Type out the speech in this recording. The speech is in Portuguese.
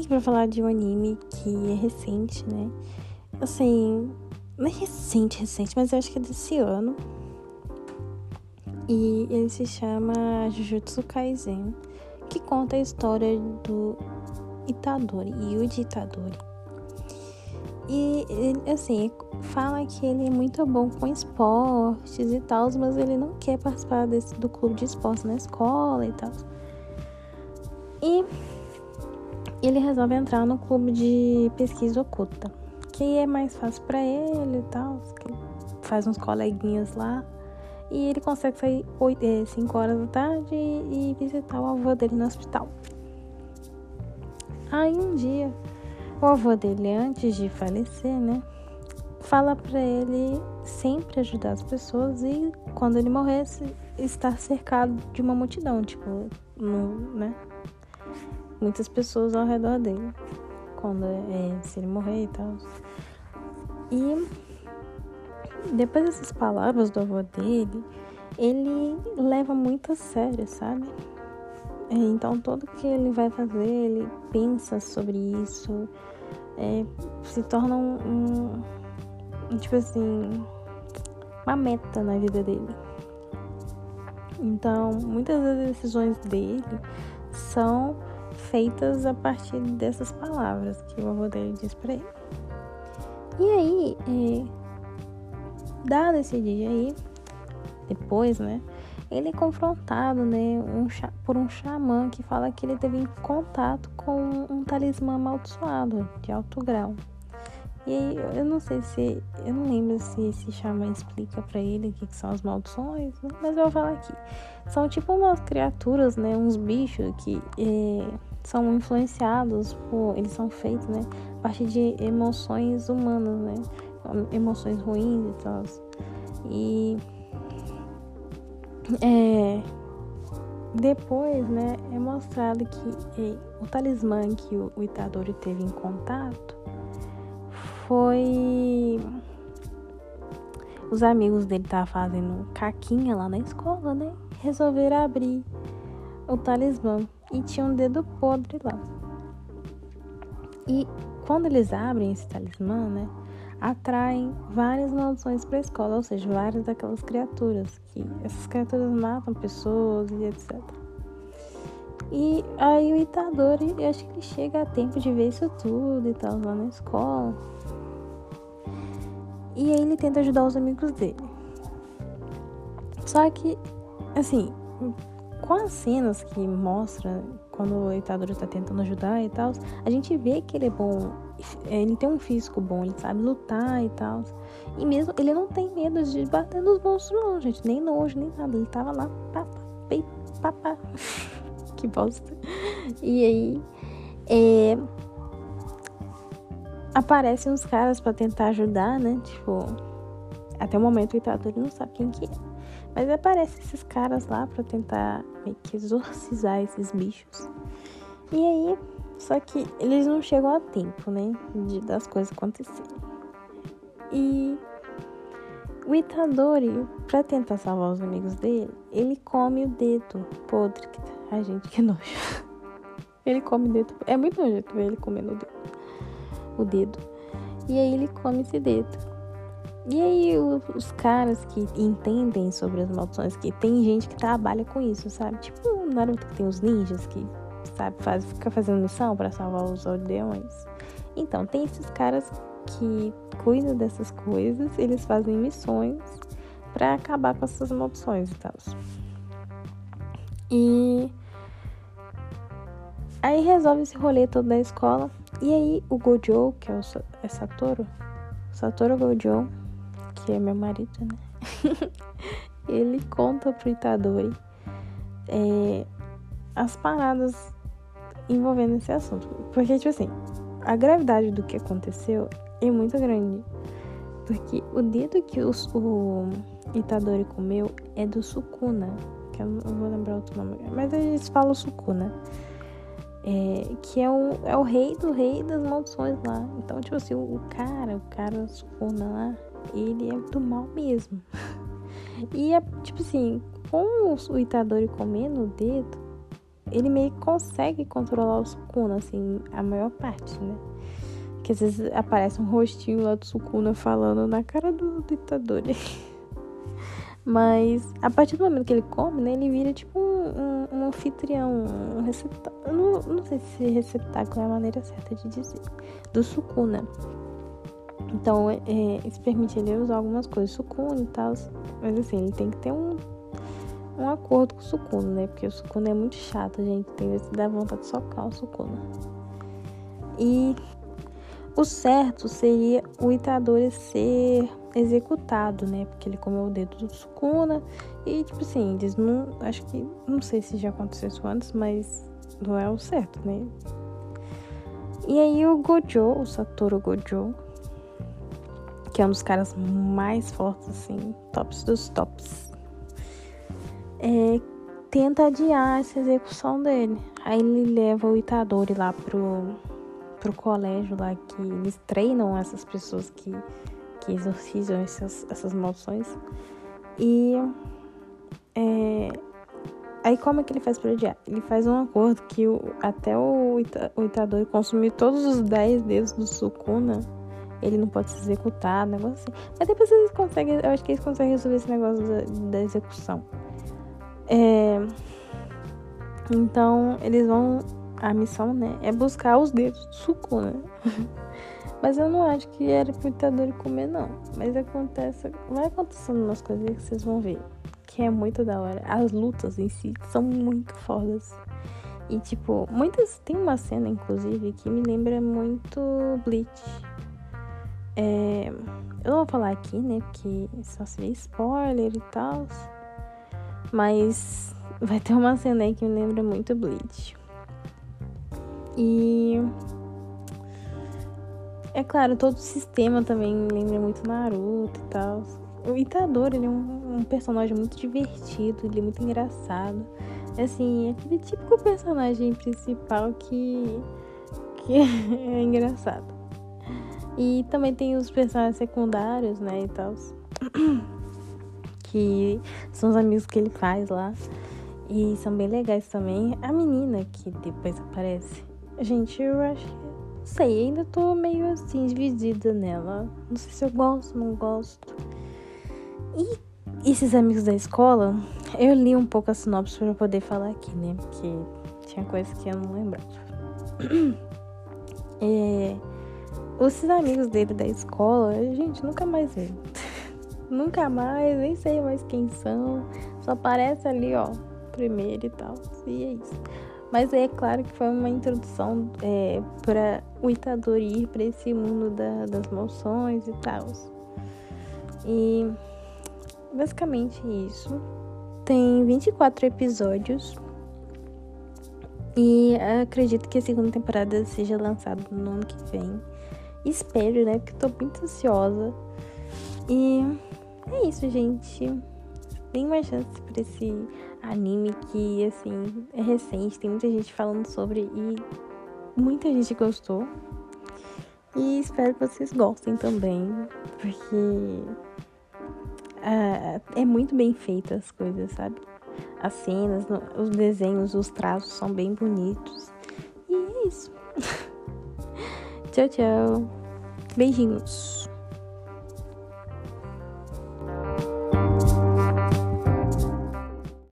aqui pra falar de um anime que é recente, né? Assim, não é recente, mas eu acho que é desse ano. E ele se chama Jujutsu Kaisen, que conta a história do Itadori, Yuji Itadori. E, assim, fala que ele é muito bom com esportes e tal, mas ele não quer participar do clube de esportes na escola e tal. E ele resolve entrar no clube de pesquisa oculta, que é mais fácil pra ele e tal, que faz uns coleguinhas lá. E ele consegue sair 5 horas da tarde e visitar o avô dele no hospital. Aí um dia, o avô dele, antes de falecer, né, fala pra ele sempre ajudar as pessoas e quando ele morresse, estar cercado de uma multidão, tipo, né, muitas pessoas ao redor dele, se ele morrer e tal. E depois dessas palavras do avô dele, ele leva muito a sério, sabe? Então, tudo que ele vai fazer, ele pensa sobre isso, se torna tipo assim, uma meta na vida dele. Então, muitas das decisões dele são feitas a partir dessas palavras que o avô dele diz pra ele. E aí, dado esse dia aí, depois, né, ele é confrontado, né, por um xamã que fala que ele teve contato com um talismã amaldiçoado de alto grau. E aí, eu não lembro se esse xamã explica pra ele o que são as maldições, né? Mas eu vou falar aqui. São tipo umas criaturas, né, uns bichos que são influenciados eles são feitos, né, a partir de emoções humanas, né, emoções ruins e tal. E depois, né, é mostrado que o talismã que o Itadori teve em contato foi... Os amigos dele estavam fazendo caquinha lá na escola, né? Resolveram abrir o talismã e tinha um dedo podre lá. E quando eles abrem esse talismã, né, atraem várias maldições para a escola, ou seja, várias daquelas criaturas, que essas criaturas matam pessoas e etc. E aí o Itadori, eu acho que ele chega a tempo de ver isso tudo e tal lá na escola. E aí ele tenta ajudar os amigos dele. Só que, assim, com as cenas que mostra quando o Itadori tá tentando ajudar e tal, a gente vê que ele é bom, ele tem um físico bom, ele sabe lutar e tal. E mesmo, ele não tem medo de bater nos monstros não, gente, nem nojo, nem nada. Ele tava lá, papá. Que bosta. E aí, aparecem uns caras pra tentar ajudar, né? Tipo, até o momento o Itadori não sabe quem que é. Mas aparecem esses caras lá pra tentar meio que exorcizar esses bichos. E aí, só que eles não chegam a tempo, né? Das coisas acontecerem. E o Itadori, pra tentar salvar os amigos dele, ele come o dedo podre. Ai, gente, que nojo. Ele come o dedo. É muito nojento ver ele comendo o dedo. E aí ele come esse dedo. E aí os caras que entendem sobre as maldições, que tem gente que trabalha com isso, sabe? Tipo o Naruto, que tem os ninjas que, sabe, fica fazendo missão pra salvar os aldeões. Então, tem esses caras que cuidam dessas coisas, eles fazem missões pra acabar com essas maldições e tal. E aí resolve esse rolê todo da escola. E aí o Gojo, que é Satoru Gojo, que é meu marido, né? Ele conta pro Itadori as paradas envolvendo esse assunto. Porque, tipo assim, a gravidade do que aconteceu é muito grande. Porque o dedo que o Itadori comeu é do Sukuna, que eu não vou lembrar outro nome, mas eles falam Sukuna. Que é o rei das maldições lá. Então, tipo assim, o cara Sukuna lá, ele é do mal mesmo. E é tipo assim, com o Itadori comendo o dedo, ele meio que consegue controlar o Sukuna, assim, a maior parte, né? Que às vezes aparece um rostinho lá do Sukuna falando na cara do Itadori. Mas a partir do momento que ele come, né, ele vira tipo um anfitrião, um receptáculo. Não sei se receptáculo é a maneira certa de dizer. Do Sukuna. Então, isso permite ele usar algumas coisas, Sukuna e tal. Mas assim, ele tem que ter um acordo com o Sukuna, né? Porque o Sukuna é muito chato, gente. Tem vezes que dá vontade de socar o Sukuna. E o certo seria o Itadori ser executado, né? Porque ele comeu o dedo do Sukuna. E, tipo assim, eles não... Acho que... Não sei se já aconteceu isso antes, mas não é o certo, né? E aí o Gojo, o Satoru Gojo, que é um dos caras mais fortes, assim, tops dos tops, tenta adiar essa execução dele. Aí ele leva o Itadori lá pro colégio lá, que eles treinam essas pessoas que exorcizam essas maldições. E aí como é que ele faz pra adiar? Ele faz um acordo que até o Itadori consumir todos os 10 dedos do Sukuna, ele não pode se executar, negócio assim. Mas depois eles conseguem, eu acho que eles conseguem resolver esse negócio da execução. Então, eles vão... A missão, né, é buscar os dedos do Sukuna. Mas eu não acho que era pro Itadori comer, não. Mas vai acontecendo umas coisas que vocês vão ver. Que é muito da hora. As lutas em si são muito fodas. E, tipo, tem uma cena, inclusive, que me lembra muito Bleach. Eu não vou falar aqui, né, porque só se vê spoiler e tal. Mas vai ter uma cena aí que me lembra muito Bleach. E... é claro, todo o sistema também me lembra muito Naruto e tal. O Itadori, ele é um personagem muito divertido, ele é muito engraçado. Assim, é aquele típico personagem principal que é engraçado. E também tem os personagens secundários, né, e tal. Que são os amigos que ele faz lá. E são bem legais também. A menina que depois aparece. Gente, eu acho que... Não sei, ainda tô meio assim, dividida nela. Não sei se eu gosto, não gosto. E esses amigos da escola, eu li um pouco a sinopse pra poder falar aqui, né? Porque tinha coisas que eu não lembrava. Esses amigos dele da escola, gente, nunca mais vi. Nunca mais, nem sei mais quem são. Só aparece ali, ó, primeiro e tal. E é isso. Mas é claro que foi uma introdução para o Itadori ir para esse mundo das maldições e tal. E basicamente isso. Tem 24 episódios. E acredito que a segunda temporada seja lançada no ano que vem. Espero, né? Porque tô muito ansiosa. E é isso, gente. Tem mais chance pra esse anime que, assim, é recente. Tem muita gente falando sobre e muita gente gostou. E espero que vocês gostem também. Porque é muito bem feita as coisas, sabe? As cenas, os desenhos, os traços são bem bonitos. E é isso. Tchau, tchau. Beijinhos.